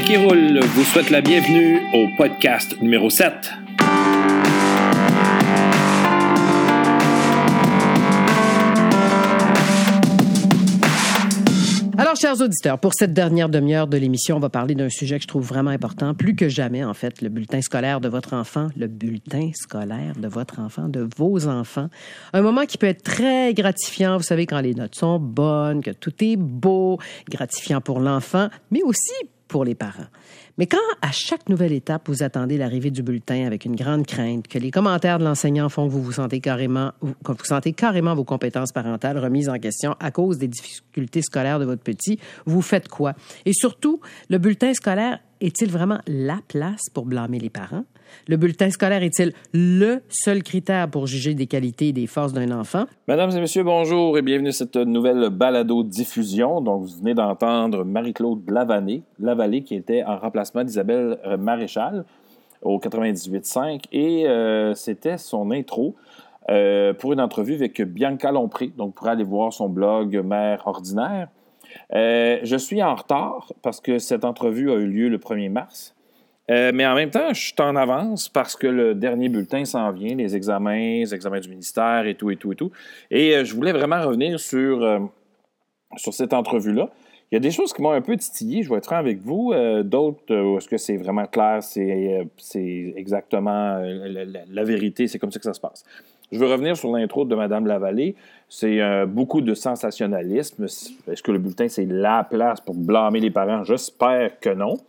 qui roule vous souhaite la bienvenue au podcast numéro 7. Alors, chers auditeurs, pour cette dernière demi-heure de l'émission, on va parler d'un sujet que je trouve vraiment important, plus que jamais, en fait, le bulletin scolaire de votre enfant, le bulletin scolaire de votre enfant, de vos enfants. Un moment qui peut être très gratifiant, vous savez, quand les notes sont bonnes, que tout est beau, gratifiant pour l'enfant, mais aussi pour les parents. Mais quand, à chaque nouvelle étape, vous attendez l'arrivée du bulletin avec une grande crainte, que les commentaires de l'enseignant font que vous sentez carrément vos compétences parentales remises en question à cause des difficultés scolaires de votre petit, vous faites quoi? Et surtout, le bulletin scolaire est-il vraiment la place pour blâmer les parents? Le bulletin scolaire est-il le seul critère pour juger des qualités et des forces d'un enfant? Mesdames et messieurs, bonjour et bienvenue à cette nouvelle balado-diffusion. Donc, vous venez d'entendre Marie-Claude Lavallée qui était en remplacement d'Isabelle Maréchal au 98.5 et c'était son intro pour une entrevue avec Bianca Lompré. Donc, vous pourrez aller voir son blog Mère ordinaire. Je suis en retard parce que cette entrevue a eu lieu le 1er mars. Mais en même temps, je suis en avance parce que le dernier bulletin s'en vient, les examens du ministère et tout. Et je voulais vraiment revenir sur cette entrevue-là. Il y a des choses qui m'ont un peu titillé, je vais être franc avec vous. D'autres, est-ce que c'est vraiment clair, c'est exactement la vérité, c'est comme ça que ça se passe. Je veux revenir sur l'intro de Mme Lavallée. C'est beaucoup de sensationnalisme. Est-ce que le bulletin, c'est la place pour blâmer les parents? J'espère que non.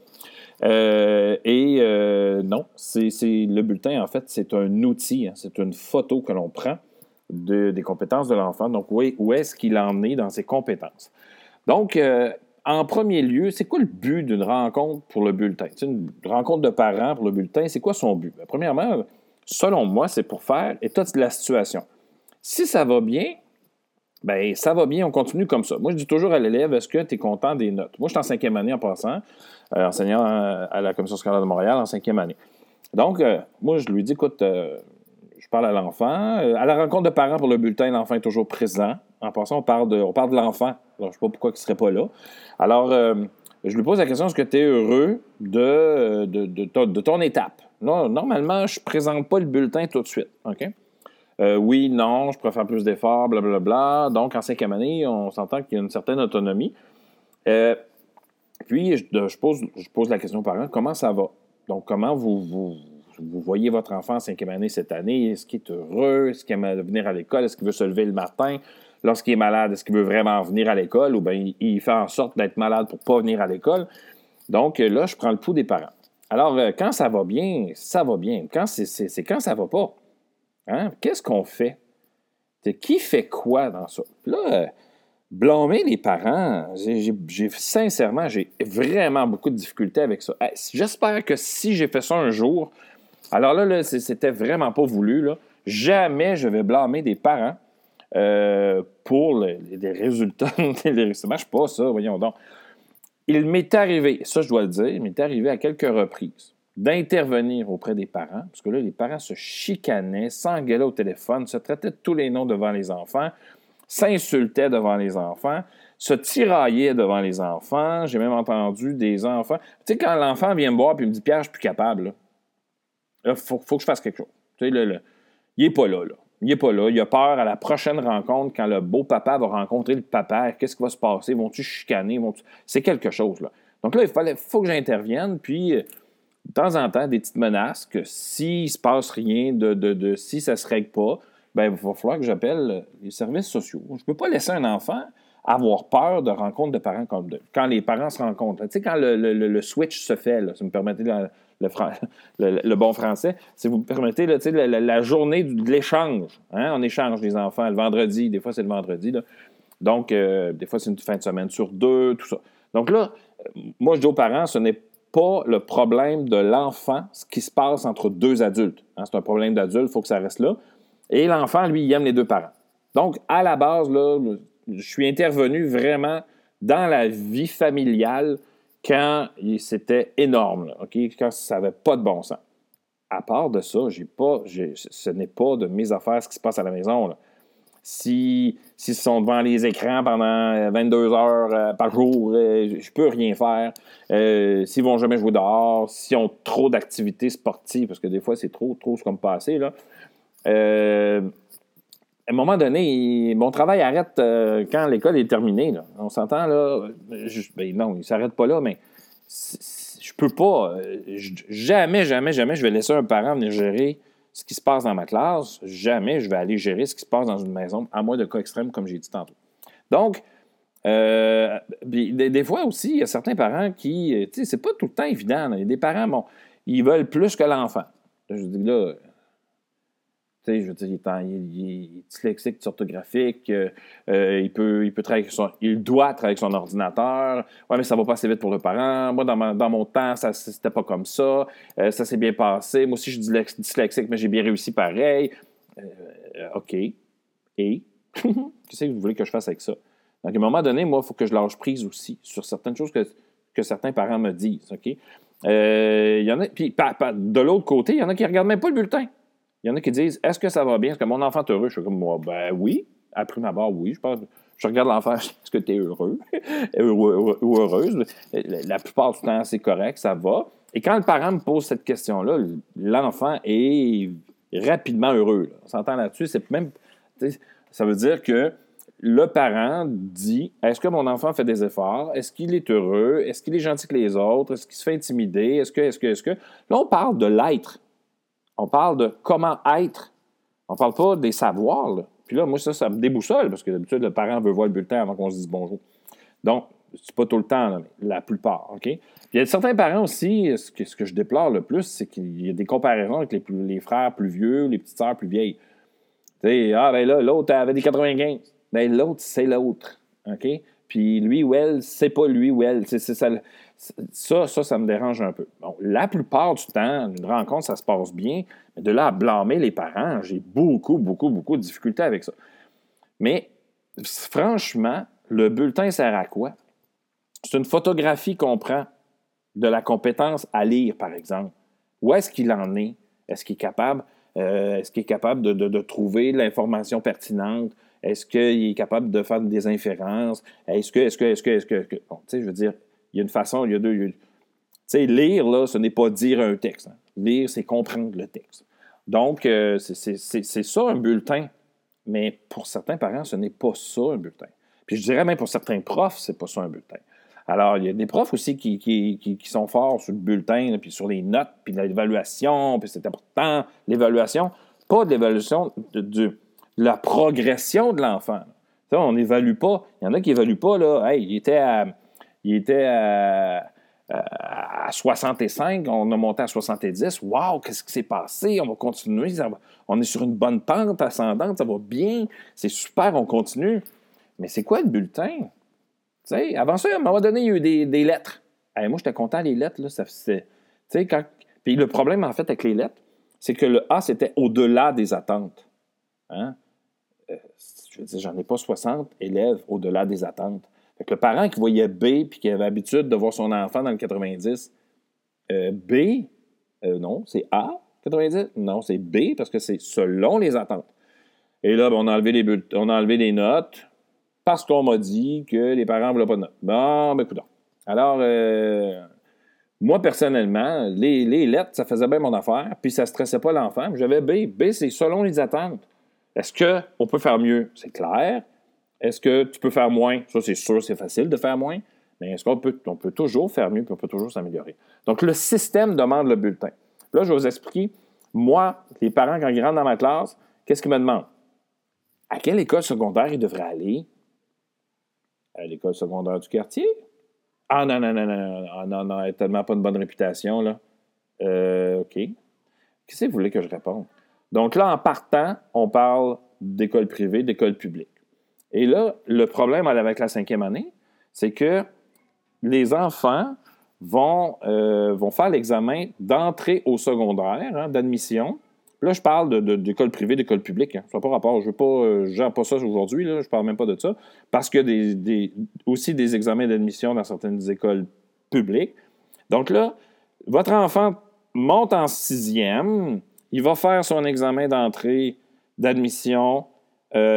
Non, c'est le bulletin, en fait, c'est un outil, hein, c'est une photo que l'on prend des compétences de l'enfant. Donc, oui, où est-ce qu'il en est dans ses compétences? Donc, en premier lieu, c'est quoi le but d'une rencontre pour le bulletin? Tu sais, une rencontre de parents pour le bulletin, c'est quoi son but? Premièrement, selon moi, c'est pour faire état de la situation. Si ça va bien, bien, ça va bien, on continue comme ça. Moi, je dis toujours à l'élève, est-ce que tu es content des notes? Moi, je suis en 5e année en passant, enseignant à la Commission scolaire de Montréal en 5e année. Donc, moi, je lui dis, écoute, je parle à l'enfant. À la rencontre de parents pour le bulletin, l'enfant est toujours présent. En passant, on parle de l'enfant. Alors, je ne sais pas pourquoi il ne serait pas là. Alors, je lui pose la question, est-ce que tu es heureux de ton étape? Là, normalement, je ne présente pas le bulletin tout de suite. OK? Oui, non, je préfère plus d'efforts, blablabla. Donc, en 5e année, on s'entend qu'il y a une certaine autonomie. Puis, je pose la question aux parents, comment ça va? Donc, comment vous voyez votre enfant en 5e année cette année? Est-ce qu'il est heureux? Est-ce qu'il aime venir à l'école? Est-ce qu'il veut se lever le matin? Lorsqu'il est malade, est-ce qu'il veut vraiment venir à l'école? Ou bien il fait en sorte d'être malade pour ne pas venir à l'école? Donc, là, je prends le pouls des parents. Alors, quand ça va bien, ça va bien. Quand c'est quand ça va pas. Hein? Qu'est-ce qu'on fait? Qui fait quoi dans ça? Là, blâmer les parents, sincèrement, j'ai vraiment beaucoup de difficultés avec ça. J'espère que si j'ai fait ça un jour, alors là c'était vraiment pas voulu. Là. Jamais je vais blâmer des parents pour les résultats. Ça marche pas, ça, voyons donc. Il m'est arrivé, ça je dois le dire, il m'est arrivé à quelques reprises d'intervenir auprès des parents, parce que là, les parents se chicanaient, s'engueulaient au téléphone, se traitaient de tous les noms devant les enfants, s'insultaient devant les enfants, se tiraillaient devant les enfants. J'ai même entendu des enfants... Tu sais, quand l'enfant vient me voir et me dit « Pierre, je suis plus capable. » Là, faut que je fasse quelque chose. Tu sais, il n'est pas là. Il n'est pas là. Il a peur à la prochaine rencontre, quand le beau papa va rencontrer le papa. Qu'est-ce qui va se passer? Vont-tu chicaner? C'est quelque chose, là. Donc là, faut que j'intervienne, puis... de temps en temps, des petites menaces que s'il ne se passe rien, si ça ne se règle pas, bien, il va falloir que j'appelle les services sociaux. Je ne peux pas laisser un enfant avoir peur de rencontres de parents comme quand les parents se rencontrent. Tu sais, quand le switch se fait, là, si vous me permettez le bon français, si vous me permettez, là, tu sais, la journée de l'échange. Hein, on échange les enfants le vendredi, des fois c'est le vendredi. Là. Donc, des fois c'est une fin de semaine sur 2, tout ça. Donc là, moi je dis aux parents, ce n'est pas le problème de l'enfant, ce qui se passe entre 2 adultes. Hein, c'est un problème d'adulte, il faut que ça reste là. Et l'enfant, lui, il aime les 2 parents. Donc, à la base, là, je suis intervenu vraiment dans la vie familiale quand c'était énorme, là, okay? Quand ça n'avait pas de bon sens. À part de ça, ce n'est pas de mes affaires ce qui se passe à la maison. Là. S'ils sont devant les écrans pendant 22 heures par jour, je peux rien faire. S'ils vont jamais jouer dehors, s'ils ont trop d'activités sportives, parce que des fois, c'est trop, c'est comme pas assez, là. À un moment donné, mon travail arrête quand l'école est terminée. Là. On s'entend, là. Non, il ne s'arrête pas là, mais je peux pas. Jamais, je vais laisser un parent venir gérer ce qui se passe dans ma classe. Jamais je vais aller gérer ce qui se passe dans une maison, à moins de cas extrêmes, comme j'ai dit tantôt. Donc, des fois aussi, il y a certains parents qui, tu sais, c'est pas tout le temps évident. Là. Il y a des parents, bon, ils veulent plus que l'enfant. Je dis là, tu sais, je veux dire, il est dyslexique, orthographique, il travailler il doit travailler avec son ordinateur. Ouais, mais ça va pas assez vite pour le parent. Moi, dans mon temps, c'était pas comme ça. Ça s'est bien passé. Moi aussi, je suis dyslexique, mais j'ai bien réussi pareil. OK. Et? Qu'est-ce que vous voulez que je fasse avec ça? Donc, à un moment donné, moi, il faut que je lâche prise aussi sur certaines choses que certains parents me disent. OK? Il y en a, puis de l'autre côté, il y en a qui ne regardent même pas le bulletin. Il y en a qui disent, est-ce que ça va bien? Est-ce que mon enfant est heureux? Je suis comme, moi, ben oui. À prime abord, oui. Je regarde l'enfant, est-ce que tu es heureux? ou heureuse? La plupart du temps, c'est correct, ça va. Et quand le parent me pose cette question-là, l'enfant est rapidement heureux. Là. On s'entend là-dessus. Ça veut dire que le parent dit, est-ce que mon enfant fait des efforts? Est-ce qu'il est heureux? Est-ce qu'il est gentil que les autres? Est-ce qu'il se fait intimider? Est-ce que? Là, on parle de l'être. On parle de comment être. On ne parle pas des savoirs. Là. Puis là, moi, ça me déboussole, parce que d'habitude, le parent veut voir le bulletin avant qu'on se dise bonjour. Donc, c'est pas tout le temps, là, mais la plupart. OK? Puis il y a certains parents aussi, ce que je déplore le plus, c'est qu'il y a des comparaisons avec les frères plus vieux, les petites sœurs plus vieilles. Tu sais, ben là, l'autre avait des 95. Ben l'autre, c'est l'autre. OK? Puis lui ou elle, c'est pas lui ou elle. Ça me dérange un peu. Bon, la plupart du temps, une rencontre, ça se passe bien. Mais de là à blâmer les parents, j'ai beaucoup de difficultés avec ça. Mais franchement, le bulletin sert à quoi? C'est une photographie qu'on prend de la compétence à lire, par exemple. Où est-ce qu'il en est? Est-ce qu'il est capable, de trouver l'information pertinente? Est-ce qu'il est capable de faire des inférences? Est-ce que... Bon, tu sais, je veux dire, il y a une façon, il y a deux... Tu sais, lire, là, ce n'est pas dire un texte. Hein. Lire, c'est comprendre le texte. Donc, c'est ça, un bulletin. Mais pour certains parents, ce n'est pas ça, un bulletin. Puis je dirais même pour certains profs, c'est pas ça, un bulletin. Alors, il y a des profs aussi qui sont forts sur le bulletin, là, puis sur les notes, puis l'évaluation, puis c'est important, l'évaluation. Pas de l'évaluation de la progression de l'enfant. Ça, on n'évalue pas. Il y en a qui n'évaluent pas, là. Hey, il était à 65, on a monté à 70. Wow, qu'est-ce qui s'est passé? On va continuer. On est sur une bonne pente ascendante, ça va bien. C'est super, on continue. Mais c'est quoi le bulletin? Tu sais, avant ça, à un moment donné, il y a eu des lettres. Hey, moi, j'étais content, les lettres, là. Puis le problème, en fait, avec les lettres, c'est que le A, c'était au-delà des attentes. Hein? Je veux dire, j'en ai pas 60 élèves au-delà des attentes. Fait que le parent qui voyait B puis qui avait l'habitude de voir son enfant dans le 90, B, non, c'est A, 90? Non, c'est B parce que c'est selon les attentes. Et là, on a enlevé les notes parce qu'on m'a dit que les parents ne voulaient pas de notes. Bon, ben écoute. Alors, moi, personnellement, les lettres, ça faisait bien mon affaire, puis ça ne stressait pas l'enfant. J'avais B. B, c'est selon les attentes. Est-ce qu'on peut faire mieux? C'est clair. Est-ce que tu peux faire moins? Ça, c'est sûr, c'est facile de faire moins. Mais est-ce qu'on peut toujours faire mieux, puis on peut toujours s'améliorer? Donc, le système demande le bulletin. Là, je vais vous expliquer, moi, les parents, quand ils rentrent dans ma classe, qu'est-ce qu'ils me demandent? À quelle école secondaire ils devraient aller? À l'école secondaire du quartier? Ah non, elle n'a tellement pas une bonne réputation, là. OK. Qu'est-ce que vous voulez que je réponde? Donc là, en partant, on parle d'école privée, d'école publique. Et là, le problème avec la 5e année, c'est que les enfants vont faire l'examen d'entrée au secondaire, hein, d'admission. Là, je parle d'école privée, d'école publique. Hein. Ça n'a pas rapport. Je ne gère pas ça aujourd'hui. Là, je ne parle même pas de ça. Parce qu'il y a aussi des examens d'admission dans certaines écoles publiques. Donc là, votre enfant monte en 6e. Il va faire son examen d'entrée d'admission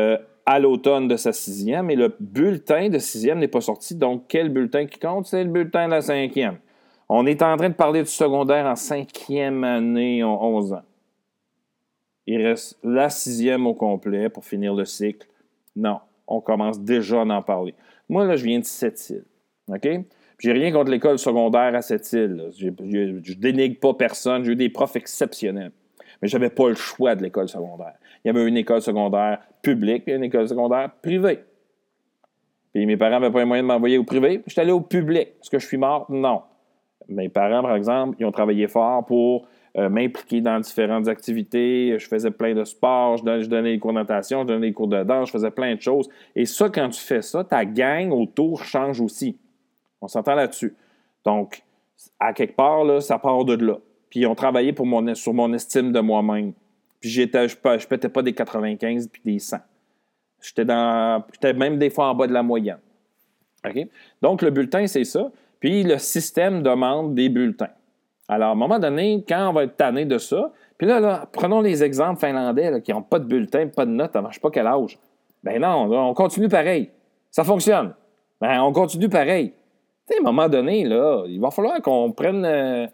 à l'automne de sa 6e, et le bulletin de 6e n'est pas sorti. Donc, quel bulletin qui compte? C'est le bulletin de la 5e. On est en train de parler du secondaire en 5e année, 11 ans. Il reste la 6e au complet pour finir le cycle. Non, on commence déjà à en parler. Moi, là, je viens de Sept-Îles. OK? Puis, j'ai rien contre l'école secondaire à Sept-Îles. Je dénigre pas personne. J'ai eu des profs exceptionnels. Mais je n'avais pas le choix de l'école secondaire. Il y avait une école secondaire publique et une école secondaire privée. Puis mes parents n'avaient pas les moyens de m'envoyer au privé. J'étais allé au public. Est-ce que je suis mort? Non. Mes parents, par exemple, ils ont travaillé fort pour m'impliquer dans différentes activités. Je faisais plein de sports. Je donnais des cours de natation, je donnais des cours de danse. Je faisais plein de choses. Et ça, quand tu fais ça, ta gang autour change aussi. On s'entend là-dessus. Donc, à quelque part, là, ça part de là. Puis ils ont travaillé sur mon estime de moi-même. Puis je pétais pas des 95 puis des 100. J'étais même des fois en bas de la moyenne. OK? Donc, le bulletin, c'est ça. Puis le système demande des bulletins. Alors, à un moment donné, quand on va être tanné de ça, puis là, prenons les exemples finlandais là, qui n'ont pas de bulletin, pas de notes, avant je ne sais pas quel âge. Ben non, on continue pareil. Ça fonctionne. Ben, on continue pareil. Tu sais, à un moment donné, là, il va falloir qu'on prenne...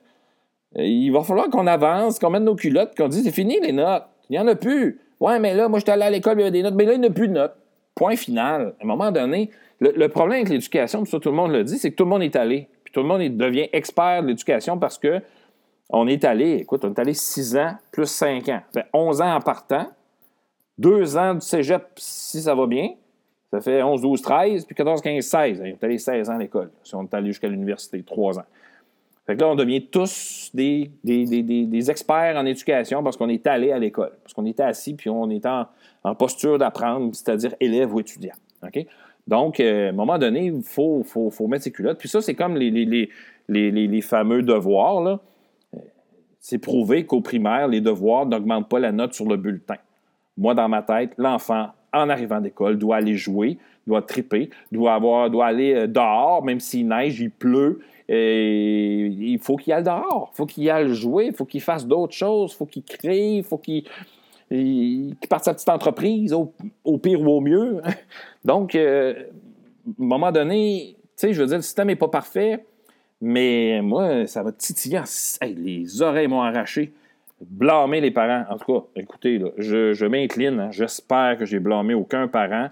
il va falloir qu'on avance, qu'on mette nos culottes, qu'on dise c'est fini les notes. Il n'y en a plus. Ouais, mais là, moi, j'étais allé à l'école, il y avait des notes. Mais là, il n'y a plus de notes. Point final. À un moment donné, le problème avec l'éducation, puis ça, tout le monde le dit, c'est que tout le monde est allé. Puis tout le monde devient expert de l'éducation parce que on est allé 6 ans plus 5 ans. Ça fait 11 ans en partant, 2 ans du cégep, si ça va bien. Ça fait 11, 12, 13, puis 14, 15, 16. On est allé 16 ans à l'école, si on est allé jusqu'à l'université, 3 ans. Fait que là, on devient tous des experts en éducation parce qu'on est allé à l'école, parce qu'on était assis puis on était en posture d'apprendre, c'est-à-dire élève ou étudiant. OK? Donc, à un moment donné, il faut mettre ses culottes. Puis ça, c'est comme les fameux devoirs, là. C'est prouvé qu'au primaire, les devoirs n'augmentent pas la note sur le bulletin. Moi, dans ma tête, l'enfant, en arrivant d'école, doit aller jouer, doit triper, doit aller dehors, même s'il neige, il pleut. Et il faut qu'il aille dehors, il faut qu'il aille jouer, il faut qu'il fasse d'autres choses, il faut qu'il crée, il faut qu'il parte sa petite entreprise, au pire ou au mieux. Donc, à un moment donné, tu sais, je veux dire, le système n'est pas parfait, mais moi, ça va titiller. Hey, les oreilles m'ont arraché. Blâmer les parents. En tout cas, écoutez, là, je m'incline. Hein, j'espère que j'ai blâmé aucun parent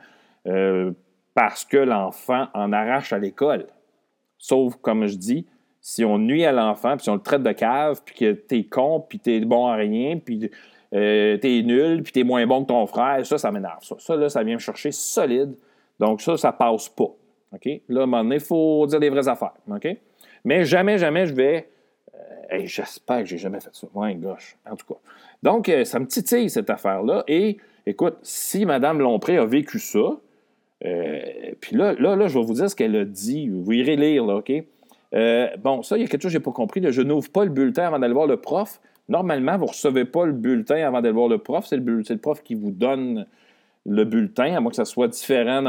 parce que l'enfant en arrache à l'école. Sauf, comme je dis, si on nuit à l'enfant, puis si on le traite de cave, puis que t'es con, puis t'es bon à rien, puis t'es nul, puis t'es moins bon que ton frère, ça m'énerve. Ça, là, ça vient me chercher solide. Donc, ça passe pas. OK? Là, à un moment donné, il faut dire les vraies affaires. OK? Mais jamais je vais... j'espère que j'ai jamais fait ça. Ouais, gosh. En tout cas. Donc, ça me titille, cette affaire-là. Et, écoute, si Mme Lompré a vécu ça, puis là, je vais vous dire ce qu'elle a dit. Vous irez lire, là, OK? Bon, ça, il y a quelque chose que je n'ai pas compris. Là. Je n'ouvre pas le bulletin avant d'aller voir le prof. Normalement, vous ne recevez pas le bulletin avant d'aller voir le prof. C'est le prof qui vous donne le bulletin, à moins que ça soit différent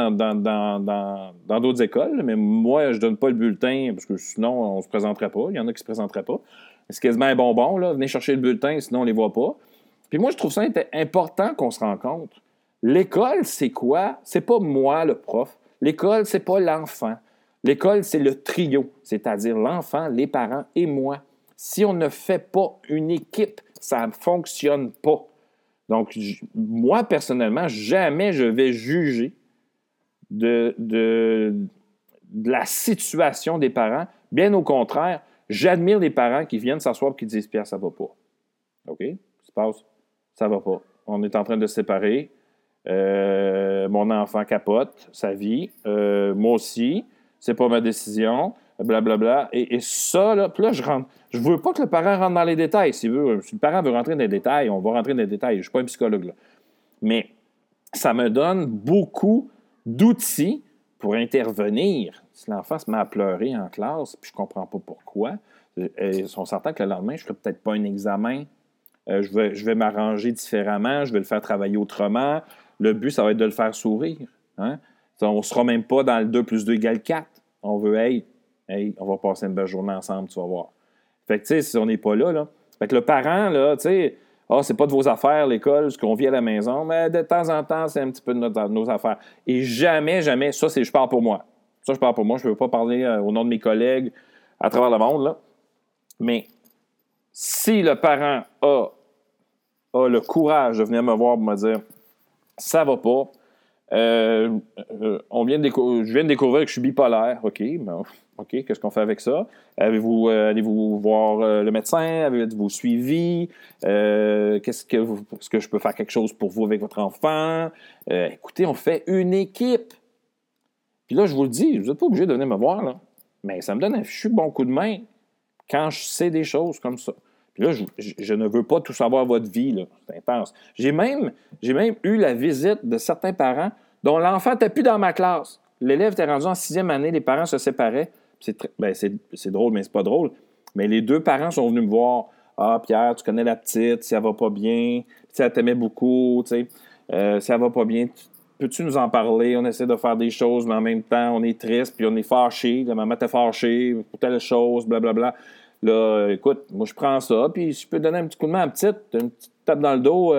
dans d'autres écoles. Mais moi, je ne donne pas le bulletin parce que sinon, on ne se présenterait pas. Il y en a qui ne se présenteraient pas. C'est quasiment un bonbon, là. Venez chercher le bulletin, sinon on ne les voit pas. Puis moi, je trouve ça important qu'on se rencontre. L'école, c'est quoi? C'est pas moi, le prof. L'école, c'est pas l'enfant. L'école, c'est le trio, c'est-à-dire l'enfant, les parents et moi. Si on ne fait pas une équipe, ça ne fonctionne pas. Donc, moi, personnellement, jamais je vais juger de la situation des parents. Bien au contraire, j'admire les parents qui viennent s'asseoir et qui disent « Pierre, ça va pas. » OK? Qu'est-ce qui se passe? Ça va pas. On est en train de se séparer. Mon enfant capote sa vie. Moi aussi. C'est pas ma décision. Blablabla. Et ça, là, puis là, je veux pas que le parent rentre dans les détails. Si le parent veut rentrer dans les détails, on va rentrer dans les détails. Je suis pas un psychologue, là. Mais ça me donne beaucoup d'outils pour intervenir. Si l'enfant se met à pleurer en classe, puis je comprends pas pourquoi, on s'entend que le lendemain, je ferai peut-être pas un examen. Je vais m'arranger différemment. Je vais le faire travailler autrement. Le but, ça va être de le faire sourire. Hein? On ne sera même pas dans le 2 plus 2 égale 4. On veut, hey, on va passer une belle journée ensemble, tu vas voir. Fait que, tu sais, si on n'est pas là, fait que le parent, là, tu sais, Ah, c'est pas de vos affaires, l'école, ce qu'on vit à la maison, mais de temps en temps, c'est un petit peu de nos affaires. Et jamais, ça, je parle pour moi. Ça, je parle pour moi. Je ne veux pas parler au nom de mes collègues à travers le monde, là. Mais si le parent a le courage de venir me voir pour me dire ça va pas, je viens de découvrir que je suis bipolaire. OK, qu'est-ce qu'on fait avec ça? Allez-vous voir le médecin? Avez-vous suivi? Est-ce que je peux faire quelque chose pour vous avec votre enfant? Écoutez, on fait une équipe. Puis là, je vous le dis, vous n'êtes pas obligé de venir me voir, là. Mais ça me donne un fichu bon coup de main quand je sais des choses comme ça. Puis là, je ne veux pas tout savoir votre vie, là. C'est intense. J'ai même eu la visite de certains parents dont l'enfant n'était plus dans ma classe. L'élève était rendu en 6e année, les parents se séparaient. C'est drôle, mais c'est pas drôle. Mais les 2 parents sont venus me voir. Ah, Pierre, tu connais la petite, si elle va pas bien, si elle t'aimait beaucoup, tu sais, si elle va pas bien, peux-tu nous en parler? On essaie de faire des choses, mais en même temps, on est triste, puis on est fâché. La maman était fâchée pour telle chose, blablabla. Là, écoute, moi, je prends ça, puis je peux donner un petit coup de main à la petite, une petite tape dans le dos,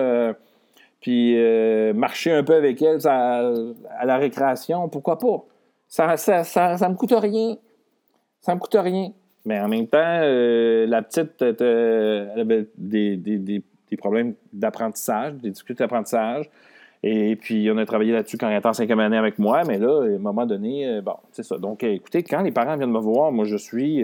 puis marcher un peu avec elle à la récréation, pourquoi pas? Ça me coûte rien. Ça me coûte rien. Mais en même temps, la petite, elle avait des problèmes d'apprentissage, des difficultés d'apprentissage. Et puis, on a travaillé là-dessus quand elle était en 5e année avec moi. Mais là, à un moment donné, bon, c'est ça. Donc, écoutez, quand les parents viennent me voir, moi, je suis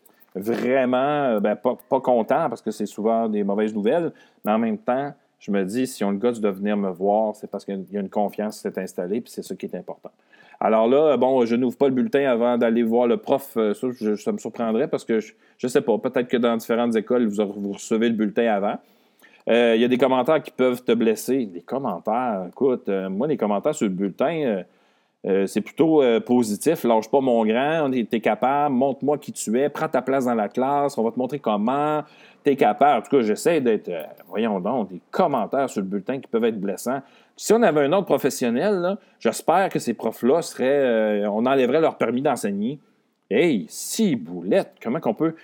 vraiment pas content parce que c'est souvent des mauvaises nouvelles. Mais en même temps, je me dis, si on le gars de venir me voir, c'est parce qu'il y a une confiance qui s'est installée, puis c'est ça qui est important. Alors là, bon, je n'ouvre pas le bulletin avant d'aller voir le prof. Ça me surprendrait parce que je ne sais pas. Peut-être que dans différentes écoles, vous recevez le bulletin avant. Il y a des commentaires qui peuvent te blesser. Des commentaires, écoute, moi, les commentaires sur le bulletin, c'est plutôt positif. Lâche pas mon grand, t'es capable, montre-moi qui tu es, prends ta place dans la classe, on va te montrer comment, t'es capable. En tout cas, j'essaie d'être, voyons donc, des commentaires sur le bulletin qui peuvent être blessants. Si on avait un autre professionnel, là, j'espère que ces profs-là on enlèverait leur permis d'enseigner. Hey, si boulette, comment qu'on peut...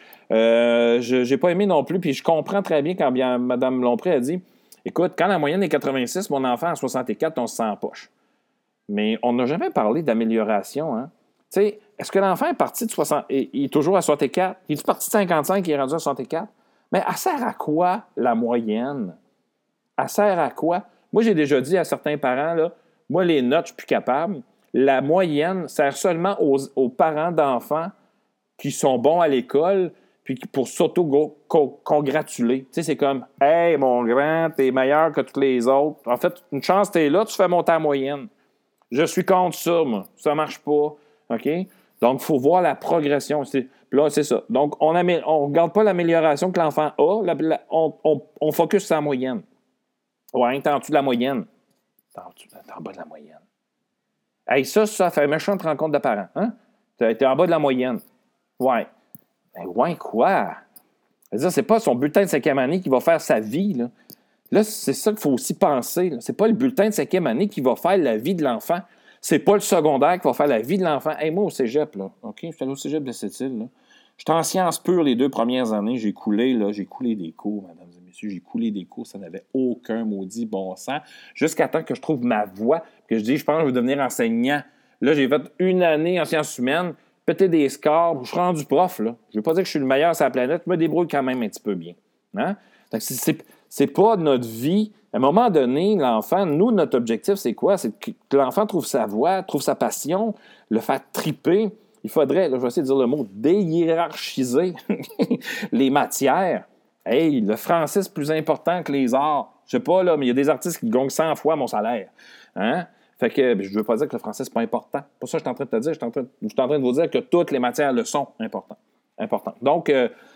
j'ai pas aimé non plus, puis je comprends très bien quand Mme Lompré a dit, écoute, quand la moyenne est 86, mon enfant à 64, on se sent en poche. Mais on n'a jamais parlé d'amélioration. Hein? Tu sais, est-ce que l'enfant est parti de 60... Il est toujours à 64? Il est parti de 55 et il est rendu à 64? Mais elle sert à quoi, la moyenne? Elle sert à quoi? Moi, j'ai déjà dit à certains parents, là, moi, les notes, je suis plus capable. La moyenne sert seulement aux parents d'enfants qui sont bons à l'école puis pour s'auto-congratuler. Tu sais, c'est comme « Hey, mon grand, t'es meilleur que tous les autres. En fait, une chance, t'es là, tu fais monter la moyenne. » Je suis contre ça, moi. Ça marche pas. OK? Donc, il faut voir la progression. Puis là, c'est ça. Donc, on ne regarde pas l'amélioration que l'enfant a. On focus sur la moyenne. Ouais, t'es en dessous de la moyenne. T'es en bas de la moyenne. Hey, ça fait méchante rencontre de parents. Hein? T'es en bas de la moyenne. Ouais. Ben, ouais, quoi? C'est-à-dire, c'est pas son bulletin de 5e année qui va faire sa vie, là. Là, c'est ça qu'il faut aussi penser. Là. C'est pas le bulletin de 5e année qui va faire la vie de l'enfant. C'est pas le secondaire qui va faire la vie de l'enfant. Hey, moi, au cégep, là, OK? Je suis allé au cégep de Sept-Îles, là. J'étais en sciences pures les 2 premières années. J'ai coulé des cours, mesdames et messieurs. J'ai coulé des cours. Ça n'avait aucun maudit bon sens. Jusqu'à temps que je trouve ma voie, que je dis, je pense que je vais devenir enseignant. Là, j'ai fait 1 année en sciences humaines, pété des scores. Je suis rendu prof, là. Je ne veux pas dire que je suis le meilleur sur la planète. Je me débrouille quand même un petit peu bien. Hein? Donc, c'est pas notre vie. À un moment donné, l'enfant, nous, notre objectif, c'est quoi? C'est que l'enfant trouve sa voie, trouve sa passion, le faire triper. Il faudrait, là, je vais essayer de dire le mot, déhiérarchiser les matières. Hey, le français, c'est plus important que les arts. Je sais pas, là, mais il y a des artistes qui gagnent 100 fois mon salaire. Hein? Fait que je veux pas dire que le français, c'est pas important. Pour ça, je suis en train de te dire, je suis en train de vous dire que toutes les matières le sont importantes. Donc,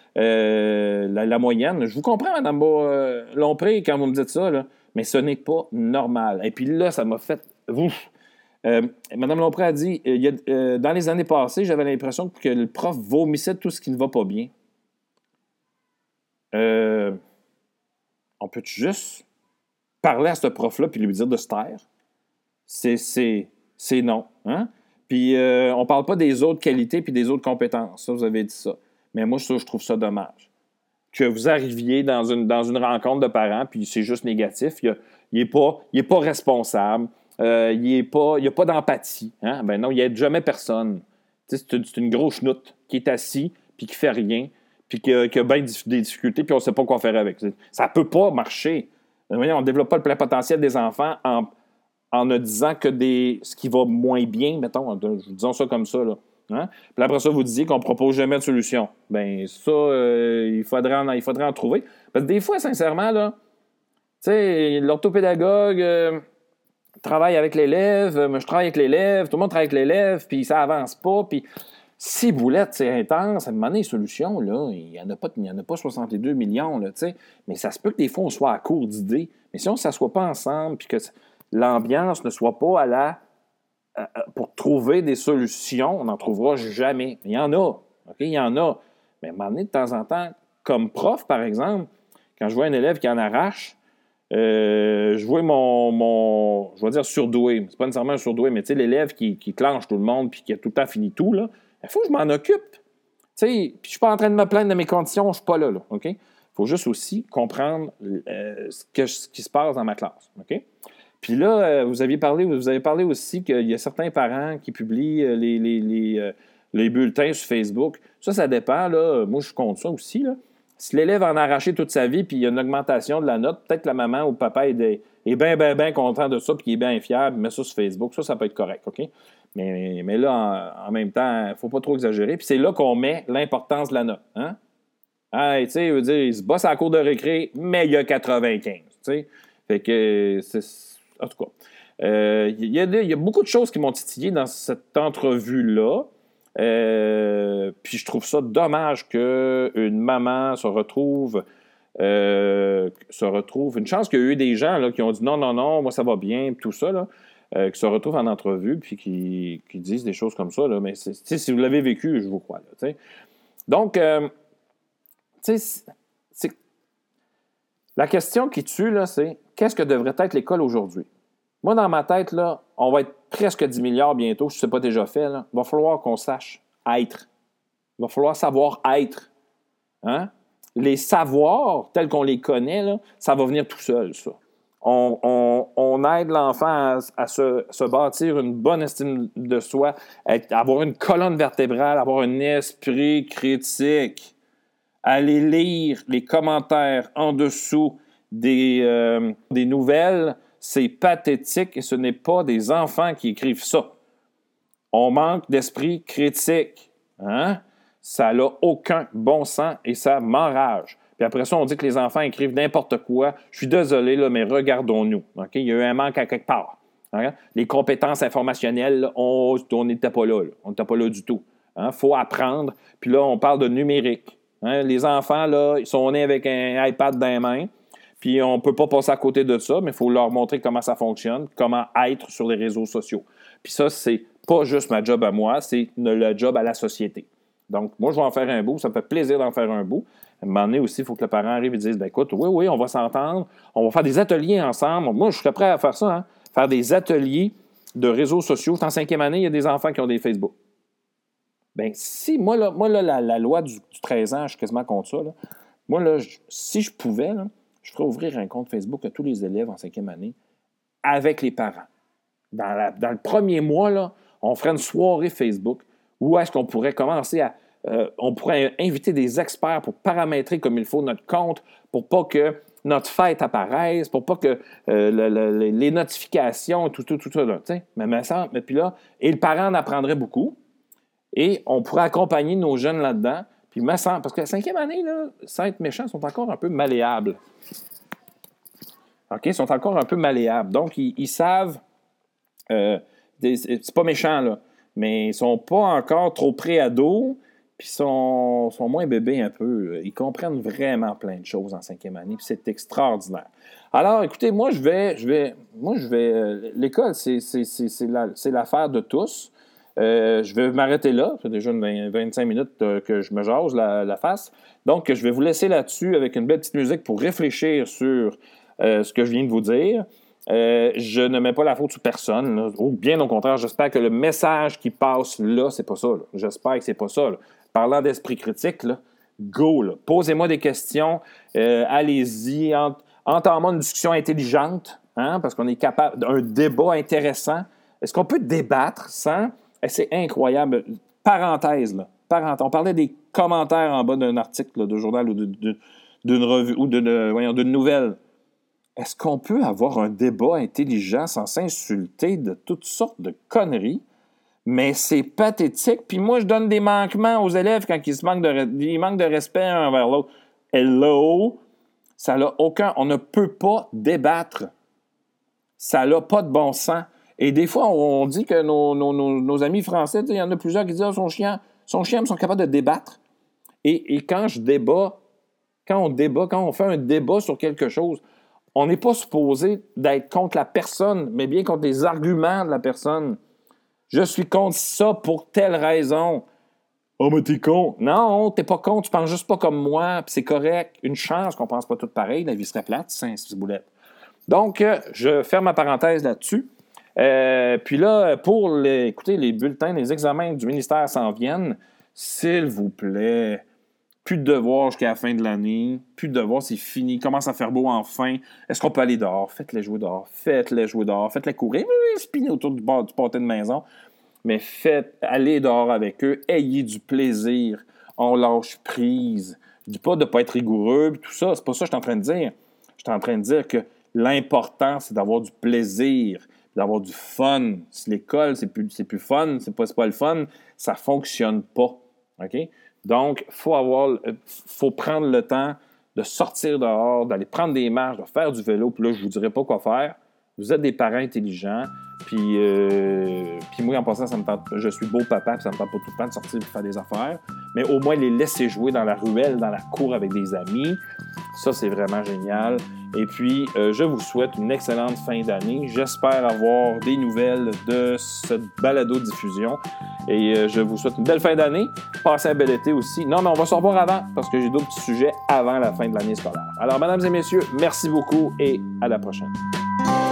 la moyenne, je vous comprends, Mme Lompré, quand vous me dites ça, là, mais ce n'est pas normal. Et puis là, ça m'a fait... Mme Lompré a dit, dans les années passées, j'avais l'impression que le prof vomissait tout ce qui ne va pas bien. On peut juste parler à ce prof-là puis lui dire de se taire? C'est non. Hein? Puis on ne parle pas des autres qualités puis des autres compétences. Ça, vous avez dit ça. Mais moi, je trouve ça dommage. que vous arriviez dans une rencontre de parents, puis c'est juste négatif. Il n'est pas responsable. Il n'y a pas d'empathie. Hein? Ben non, il n'aide jamais personne. C'est une grosse chenoute qui est assis, puis qui fait rien, puis qui a bien des difficultés, puis on ne sait pas quoi faire avec. Ça ne peut pas marcher. On ne développe pas le plein potentiel des enfants en ne disant que ce qui va moins bien, mettons, disons ça comme ça, là. Hein? Puis après ça, vous disiez qu'on ne propose jamais de solution. Bien, ça, il faudrait en trouver. Parce que des fois, sincèrement, là, tu sais, l'orthopédagogue travaille avec l'élève, moi je travaille avec l'élève, tout le monde travaille avec l'élève, puis ça avance pas, puis si boulette, c'est intense, à un moment donné, les solutions, là, il n'y en a pas 62 millions, là, tu sais, mais ça se peut que des fois, on soit à court d'idées. Mais si on ne s'assoit pas ensemble, puis que l'ambiance ne soit pas pour trouver des solutions, on n'en trouvera jamais. Il y en a, OK? Il y en a. Mais à un moment donné, de temps en temps, comme prof, par exemple, quand je vois un élève qui en arrache, je vois je vais dire surdoué. C'est pas nécessairement un surdoué, mais tu sais, l'élève qui clenche tout le monde puis qui a tout le temps fini tout, là, il faut que je m'en occupe. Tu sais, puis je suis pas en train de me plaindre de mes conditions, je suis pas là, OK? Il faut juste aussi comprendre ce qui se passe dans ma classe, OK? Puis là, vous avez parlé aussi qu'il y a certains parents qui publient les bulletins sur Facebook. Ça dépend, là. Moi, je compte ça aussi, là. Si l'élève en a arraché toute sa vie puis il y a une augmentation de la note, peut-être que la maman ou le papa est bien content de ça puis qu'il est bien fier, met ça sur Facebook. Ça peut être correct, OK? Mais là, en même temps, il ne faut pas trop exagérer. Puis c'est là qu'on met l'importance de la note. Hein? Tu sais, veut dire, il se bosse à la cour de récré, mais il y a 95. Tu sais? Fait que, en tout cas, il y a beaucoup de choses qui m'ont titillé dans cette entrevue-là. Puis je trouve ça dommage qu'une maman se retrouve. Une chance qu'il y a eu des gens là, qui ont dit non, moi ça va bien, tout ça, là, qui se retrouvent en entrevue puis qui disent des choses comme ça. Là, mais si vous l'avez vécu, je vous crois. Là, donc, la question qui tue, là, c'est qu'est-ce que devrait être l'école aujourd'hui? Moi, dans ma tête, là, on va être presque 10 milliards bientôt, si ce n'est pas déjà fait. Là. Il va falloir qu'on sache être. Il va falloir savoir être. Hein? Les savoirs, tels qu'on les connaît, là, ça va venir tout seul, ça. On aide l'enfant à se bâtir une bonne estime de soi, avoir une colonne vertébrale, avoir un esprit critique, aller lire les commentaires en dessous des nouvelles. C'est pathétique et ce n'est pas des enfants qui écrivent ça. On manque d'esprit critique. Hein? Ça n'a aucun bon sens et ça m'enrage. Puis après ça, on dit que les enfants écrivent n'importe quoi. Je suis désolé, là, mais regardons-nous. Okay? Il y a eu un manque à quelque part. Hein? Les compétences informationnelles, là, on n'était pas là. On n'était pas là du tout. Il faut apprendre. Puis là, on parle de numérique. Hein? Les enfants, là, ils sont nés avec un iPad dans les mains. Puis on ne peut pas passer à côté de ça, mais il faut leur montrer comment ça fonctionne, comment être sur les réseaux sociaux. Puis ça, c'est pas juste ma job à moi, c'est le job à la société. Donc, moi, je vais en faire un bout. Ça me fait plaisir d'en faire un bout. À un moment donné aussi, il faut que le parent arrive et dise, écoute, oui, on va s'entendre. On va faire des ateliers ensemble. Moi, je serais prêt à faire ça, hein? Faire des ateliers de réseaux sociaux. En 5e année, il y a des enfants qui ont des Facebook. Bien, si, moi, la loi du 13 ans, je suis quasiment contre ça. Là. Moi, là, si je pouvais, là, je ferais ouvrir un compte Facebook à tous les élèves en 5e année avec les parents. Dans le premier mois, là, on ferait une soirée Facebook où est-ce qu'on pourrait commencer à... on pourrait inviter des experts pour paramétrer comme il faut notre compte, pour pas que notre fête apparaisse, pour pas que les notifications, tout ça. Là, mais puis là, et le parent en apprendrait beaucoup. Et on pourrait accompagner nos jeunes là-dedans. Puis, parce que la 5e année, là, sans être méchants, sont encore un peu malléables. OK? Ils sont encore un peu malléables. Donc, ils savent... c'est pas méchant, là. Mais ils sont pas encore trop pré-ados. Puis, ils sont moins bébés un peu. Ils comprennent vraiment plein de choses en 5e année. Puis, c'est extraordinaire. Alors, écoutez, moi, je vais l'école, c'est l'affaire de tous. Je vais m'arrêter là. C'est déjà 25 minutes que je me jase la face. Donc, je vais vous laisser là-dessus avec une belle petite musique pour réfléchir sur ce que je viens de vous dire. Je ne mets pas la faute sur personne. Là. Ou bien au contraire, j'espère que le message qui passe là, c'est pas ça. Là. J'espère que c'est pas ça. Là. Parlant d'esprit critique, là, go, là. Posez-moi des questions. Allez-y. Entamons une discussion intelligente, hein, parce qu'on est capable d'un débat intéressant. Est-ce qu'on peut débattre sans... C'est incroyable. Parenthèse, là. On parlait des commentaires en bas d'un article là, de journal ou d'une revue ou d'une nouvelle. Est-ce qu'on peut avoir un débat intelligent sans s'insulter de toutes sortes de conneries? Mais c'est pathétique. Puis moi, je donne des manquements aux élèves quand ils manquent de respect un envers l'autre. Hello! Ça n'a aucun... On ne peut pas débattre. Ça n'a pas de bon sens. Et des fois, on dit que nos amis français, il y en a plusieurs qui disent « sont chiants, mais sont capables de débattre. » Et quand on fait un débat sur quelque chose, on n'est pas supposé d'être contre la personne, mais bien contre les arguments de la personne. Je suis contre ça pour telle raison. Oh, mais t'es con. Non, t'es pas con, tu penses juste pas comme moi, puis c'est correct. Une chance qu'on pense pas tout pareil, la vie serait plate, c'est boulette. Donc, je ferme ma parenthèse là-dessus. Puis là, pour les bulletins, les examens du ministère s'en viennent. S'il vous plaît, plus de devoirs jusqu'à la fin de l'année. Plus de devoirs, c'est fini. Il commence à faire beau enfin. Est-ce qu'on peut aller dehors? Faites-les jouer dehors. Faites-les courir. Spinner autour du pâté de maison. Mais allez dehors avec eux. Ayez du plaisir. On lâche prise. Je dis pas de ne pas être rigoureux. Tout ça, c'est pas ça que je suis en train de dire. Je suis en train de dire que l'important, c'est d'avoir du plaisir, d'avoir du fun. Si l'école, c'est plus fun, c'est pas le fun, ça fonctionne pas. OK? Donc, faut prendre le temps de sortir dehors, d'aller prendre des marches, de faire du vélo. Puis là, je vous dirai pas quoi faire. Vous êtes des parents intelligents. Puis moi, en passant, ça me tente, je suis beau papa, puis ça me tente pas tout le temps de sortir et de faire des affaires. Mais au moins, les laisser jouer dans la ruelle, dans la cour avec des amis. Ça, c'est vraiment génial. Et puis, je vous souhaite une excellente fin d'année. J'espère avoir des nouvelles de cette balado-diffusion. Et je vous souhaite une belle fin d'année. Passez un bel été aussi. Non, mais on va se revoir avant, parce que j'ai d'autres petits sujets avant la fin de l'année scolaire. Alors, mesdames et messieurs, merci beaucoup et à la prochaine.